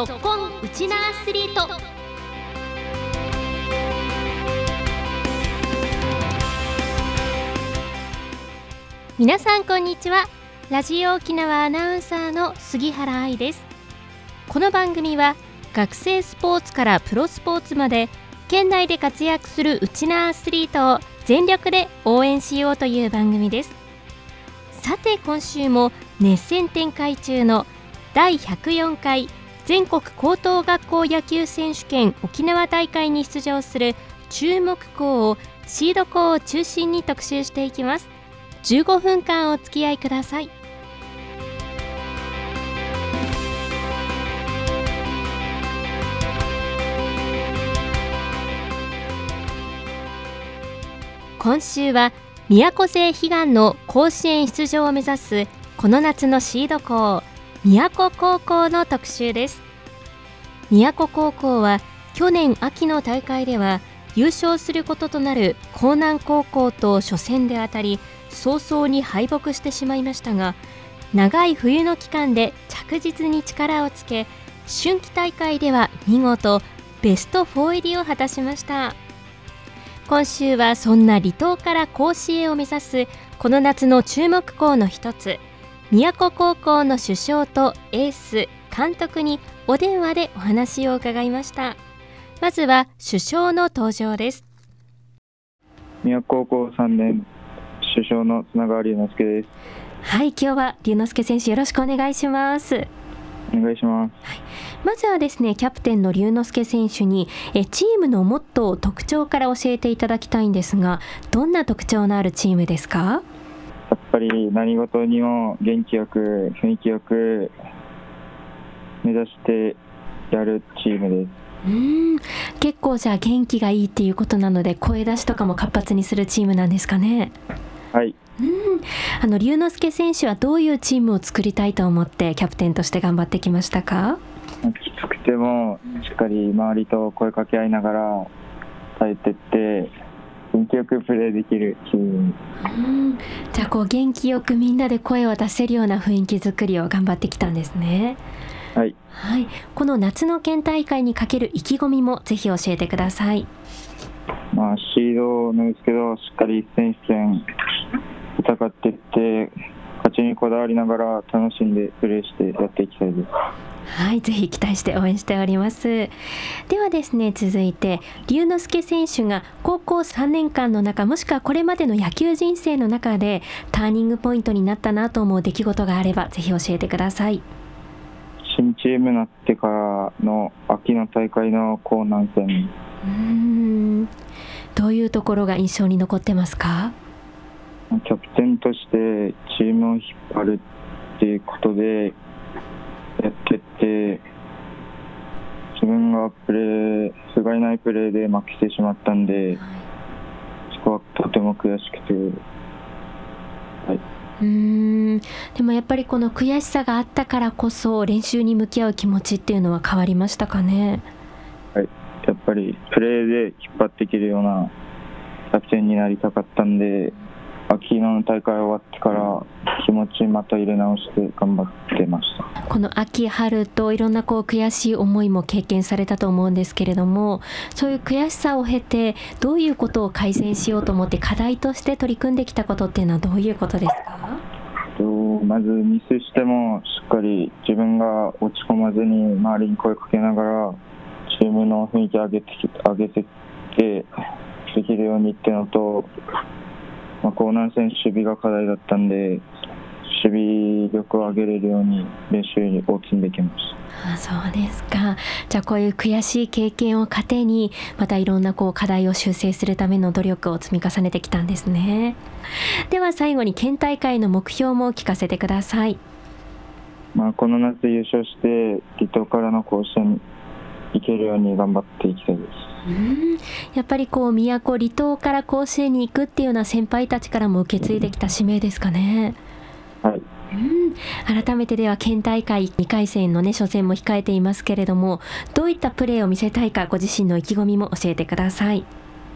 ぞっこんウチナアスリート。皆さんこんにちは。ラジオ沖縄アナウンサーの杉原愛です。この番組は学生スポーツからプロスポーツまで県内で活躍するウチナアスリートを全力で応援しようという番組です。さて今週も熱戦展開中の第104回全国高等学校野球選手権沖縄大会に出場する注目校をシード校を中心に特集していきます。15分間お付き合いください。今週は宮古勢悲願の甲子園出場を目指すこの夏のシード校宮古高校の特集です。宮古高校は去年秋の大会では優勝することとなる興南高校と初戦で当たり早々に敗北してしまいましたが、長い冬の期間で着実に力をつけ、春季大会では見事ベスト4入りを果たしました。今週はそんな離島から甲子園を目指すこの夏の注目校の一つ、宮古高校の主将とエース監督にお電話でお話を伺いました。まずは主将の登場です。 宮古高校3年主将の砂川龍之介です。 はい、今日は龍之介選手よろしくお願いします。 お願いします。 はい、まずはですね、キャプテンの龍之介選手にチームのモットー特徴から教えていただきたいんですが、どんな特徴のあるチームですか？ やっぱり何事にも元気よく雰囲気よく目指してやるチームです。 結構じゃあ元気がいいっていうことなので声出しとかも活発にするチームなんですかね？ はい。 龍之介選手はどういうチームを作りたいと思ってキャプテンとして頑張ってきましたか？ きつくてもしっかり周りと声かけ合いながら耐えてって元気よくプレーできるチーム。 じゃあこう元気よくみんなで声を出せるような雰囲気作りを頑張ってきたんですね。 はい、 はい、この夏の県大会にかける意気込みもぜひ教えてください。 シードなんですけど、しっかり一戦一戦戦っていって勝ちにこだわりながら楽しんでプレーしてやっていきたいです。 はい、ぜひ期待して応援しております。ではですね、続いて龍之介選手が高校3年間の中、もしくはこれまでの野球人生の中でターニングポイントになったなと思う出来事があればぜひ教えてください。 新チームになってからの秋の大会の興南戦。 どういうところが印象に残ってますか？ キャプテンとしてチームを引っ張るっていうことでやってって、自分が不甲斐ないプレーで負けてしまったんで、そこはとても悔しくて、はい。 でもやっぱりこの悔しさがあったからこそ練習に向き合う気持ちっていうのは変わりましたかね？ はい、やっぱりプレーで引っ張っていけるようなキャプテンになりたかったんで、秋の大会終わってから気持ちまた入れ直して頑張ってました。 この秋春といろんな悔しい思いも経験されたと思うんですけれども、そういう悔しさを経てどういうことを改善しようと思って課題として取り組んできたことっていうのはどういうことですか？ まずミスしてもしっかり自分が落ち込まずに周りに声かけながらチームの雰囲気上げてってできるようにっていうのと、興南戦守備が課題だったんで守備力を上げれるように練習を積んできました。 そうですか。じゃあこういう悔しい経験を糧にまたいろんな課題を修正するための努力を積み重ねてきたんですね。では最後に県大会の目標も聞かせてください。 この夏優勝して離島からの甲子園に行けるように頑張っていきたいです。 やっぱり宮古離島から甲子園に行くっていうような先輩たちからも受け継いできた使命ですかね？ はい。 改めてでは県大会2回戦の初戦も控えていますけれども、どういったプレーを見せたいかご自身の意気込みも教えてください。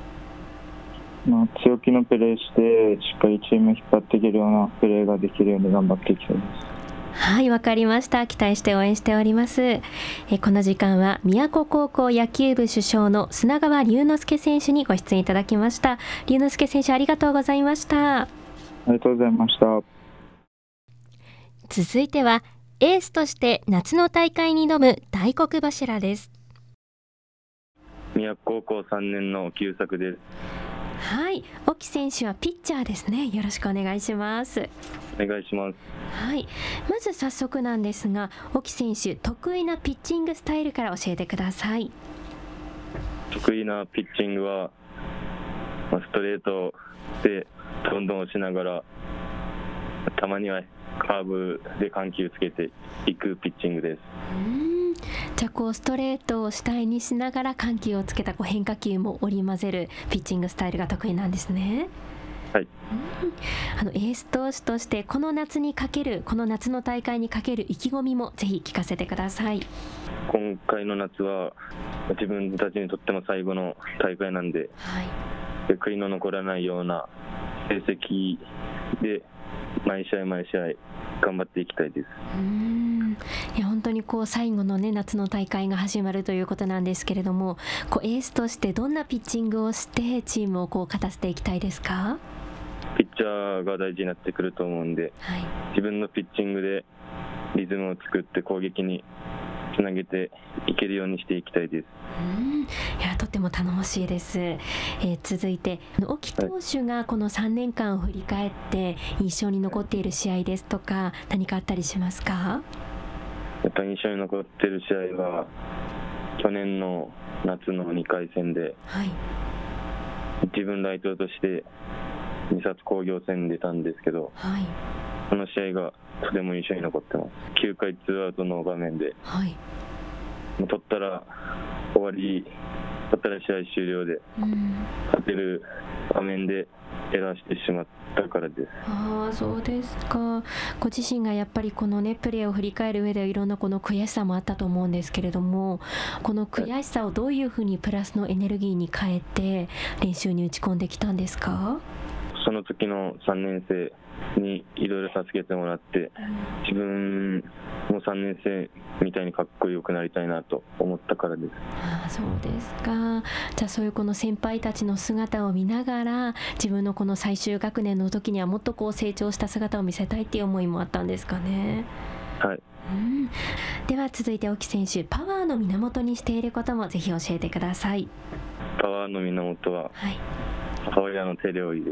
強気のプレーしてしっかりチームを引っ張っていけるようなプレーができるように頑張っていきたいです。 はい、わかりました。期待して応援しております。この時間は宮古高校野球部主将の砂川龍之介選手にご出演いただきました。龍之介選手、ありがとうございました。 ありがとうございました。 続いてはエースとして夏の大会に挑む大黒柱です。 宮古高校3年の木優作です。 はい、沖選手はピッチャーですね。よろしくお願いします。 お願いします。 はい、まず早速なんですが、沖選手得意なピッチングスタイルから教えてください。 得意なピッチングは、ストレートでどんどん押しながら、たまにはカーブで緩急つけていくピッチングです。 じゃあストレートを主体にしながら緩急をつけた変化球も織り交ぜるピッチングスタイルが得意なんですね。 はい。 エース投手としてこの夏の大会にかける意気込みもぜひ聞かせてください。 今回の夏は自分たちにとっても最後の大会なんで、悔いの残らないような成績で毎試合頑張っていきたいです。 いや本当に最後の、夏の大会が始まるということなんですけれども、エースとしてどんなピッチングをしてチームを勝たせていきたいですか？ ピッチャーが大事になってくると思うんで、自分のピッチングでリズムを作って攻撃につなげていけるようにしていきたいです。 いやとっても頼もしいです。続いて沖投手がこの3年間を振り返って印象に残っている試合ですとか何かあったりしますか？ やっぱり印象に残っている試合は去年の夏の2回戦で、自分代表として三郷工業戦に出たんですけど、この試合がとても印象に残ってます。9回ツーアウトの場面で、もう取ったら終わり、取ったら試合終了で、勝てる場面でエラーしてしまったからです。 そうですか。ご自身がやっぱりこのプレーを振り返る上ではいろんなこの悔しさもあったと思うんですけれども、この悔しさをどういうふうにプラスのエネルギーに変えて練習に打ち込んできたんですか？ その時の3年生にいろいろ助けてもらって、自分も3年生みたいにかっこよくなりたいなと思ったからです。 そうですか。じゃあそういうこの先輩たちの姿を見ながら、自分のこの最終学年の時にはもっと成長した姿を見せたいっていう思いもあったんですかね。 はい。 では続いて沖選手、パワーの源にしていることもぜひ教えてください。 パワーの源は、母親の手料理です。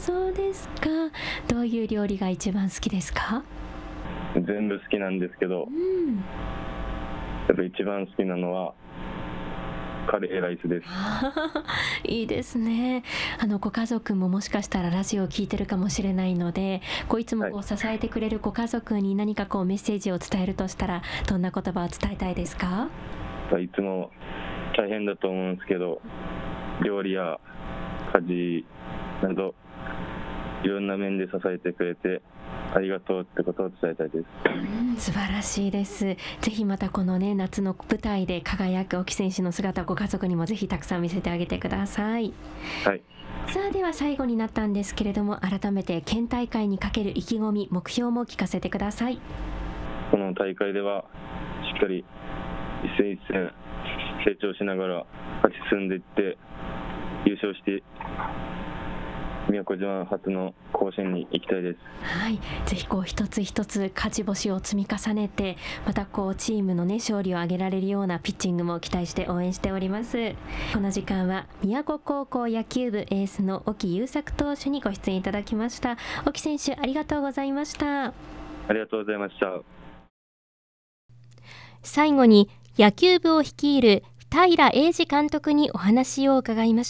そうですか。どういう料理が一番好きですか？ 全部好きなんですけど、やっぱ一番好きなのはカレーライスです。 いいですね。ご家族ももしかしたらラジオを聞いてるかもしれないので、いつも支えてくれるご家族に何かメッセージを伝えるとしたらどんな言葉を伝えたいですか？ いつも大変だと思うんですけど、料理や家事などいろんな面で支えてくれてありがとうってことを伝えたいです。 素晴らしいです。ぜひまたこの夏の舞台で輝く沖選手の姿をご家族にもぜひたくさん見せてあげてください。さあでは最後になったんですけれども、改めて県大会にかける意気込み、目標も聞かせてください。 この大会ではしっかり一戦一戦成長しながら勝ち進んでいって優勝して宮古島初の甲子園に行きたいです。 ぜひ一つ一つ勝ち星を積み重ねて、またチームの勝利を挙げられるようなピッチングも期待して応援しております。この時間は宮古高校野球部エースの沖優作投手にご出演いただきました。沖選手、ありがとうございました。 ありがとうございました。 最後に野球部を率いる平英二監督にお話を伺いました。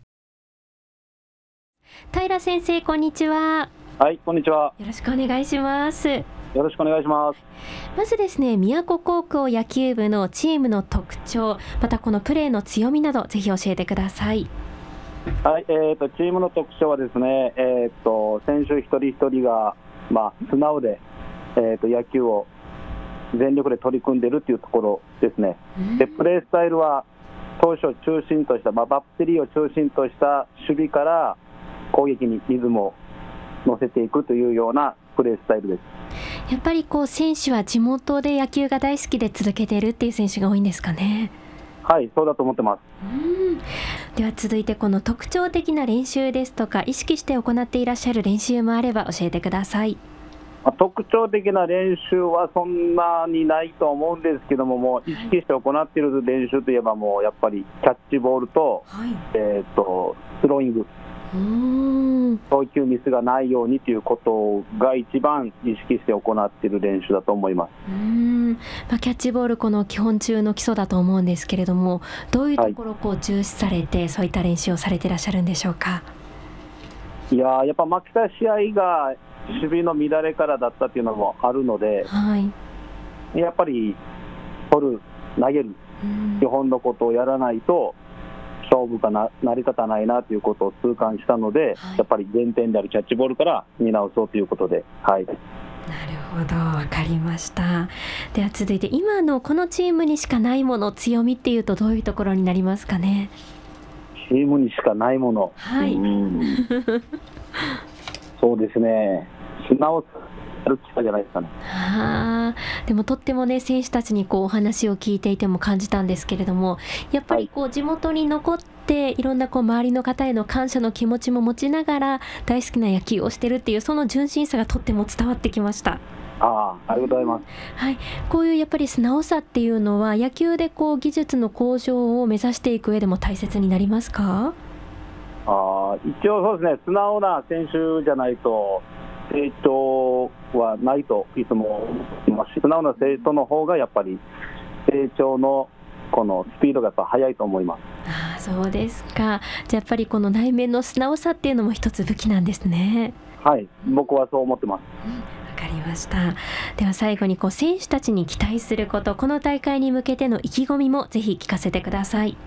平先生、こんにちは。 はい、こんにちは。 よろしくお願いします。 よろしくお願いします。 まずですね、宮古高校野球部のチームの特徴、またこのプレーの強みなどぜひ教えてください。 はい、チームの特徴はですね、選手一人一人が、素直で、野球を全力で取り組んでいるというところですね。でプレースタイルは投手を中心とした、バッテリーを中心とした守備から攻撃にリズムを乗せていくというようなプレースタイルです。 やっぱり選手は地元で野球が大好きで続けているっていう選手が多いんですかね。 はい、そうだと思ってます。 では続いてこの特徴的な練習ですとか意識して行っていらっしゃる練習もあれば教えてください。 特徴的な練習はそんなにないと思うんですけども、もう意識して行っている練習といえばもうやっぱりキャッチボールと、スローイング、投球ミスがないようにということが一番意識して行っている練習だと思います。 キャッチボールこの基本中の基礎だと思うんですけれども、どういうところを重視されて、そういった練習をされていらっしゃるんでしょうか。 やっぱ負けた試合が守備の乱れからだったっていうのもあるので、やっぱり取る、投げる、基本のことをやらないと勝負が成り立たないなということを痛感したので、やっぱり原点であるキャッチボールから見直そうということで、なるほど、わかりました。では続いて今のこのチームにしかないもの、強みっていうとどういうところになりますかね。 チームにしかないもの、そうですね、素直さあるじゃないですかね。 でもとってもね、選手たちにお話を聞いていても感じたんですけれども、やっぱり地元に残っていろんな周りの方への感謝の気持ちも持ちながら大好きな野球をしているっていう、その純真さがとっても伝わってきました。 ありがとうございます。 こういうやっぱり素直さっていうのは野球で技術の向上を目指していく上でも大切になりますか。 一応そうですね、素直な選手じゃないと成長はないといつも思いますし、素直な生徒の方がやっぱり成長のこのスピードがやっぱ速いと思います。 そうですか。じゃあやっぱりこの内面の素直さっていうのも一つ武器なんですね。 僕はそう思ってます。 わかりました。では最後に選手たちに期待すること、この大会に向けての意気込みもぜひ聞かせてください。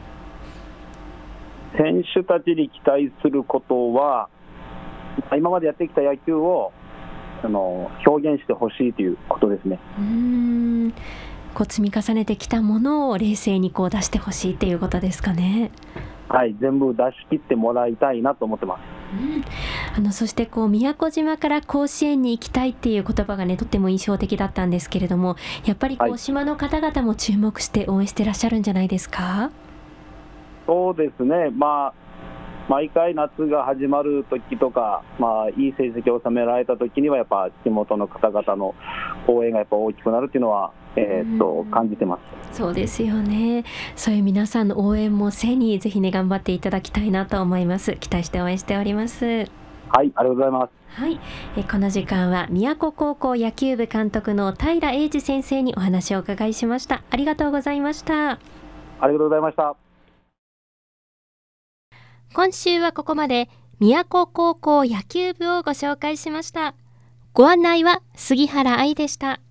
選手たちに期待することは、今までやってきた野球を表現してほしいということですね。 積み重ねてきたものを冷静に出してほしいということですかね。 全部出し切ってもらいたいなと思ってます。 そして宮古島から甲子園に行きたいっていう言葉がね、とっても印象的だったんですけれども、やっぱり島の方々も注目して応援してらっしゃるんじゃないですか。 そうですね、毎回夏が始まるときとか、いい成績を収められたときにはやっぱ地元の方々の応援がやっぱ大きくなるっていうのは、感じてます。 そうですよね。そういう皆さんの応援も背にぜひね、頑張っていただきたいなと思います。期待して応援しております。 ありがとうございます。 この時間は宮古高校野球部監督の平英二先生にお話をお伺いしました。ありがとうございました。 ありがとうございました。 今週はここまで宮古高校野球部をご紹介しました。ご案内は杉原愛でした。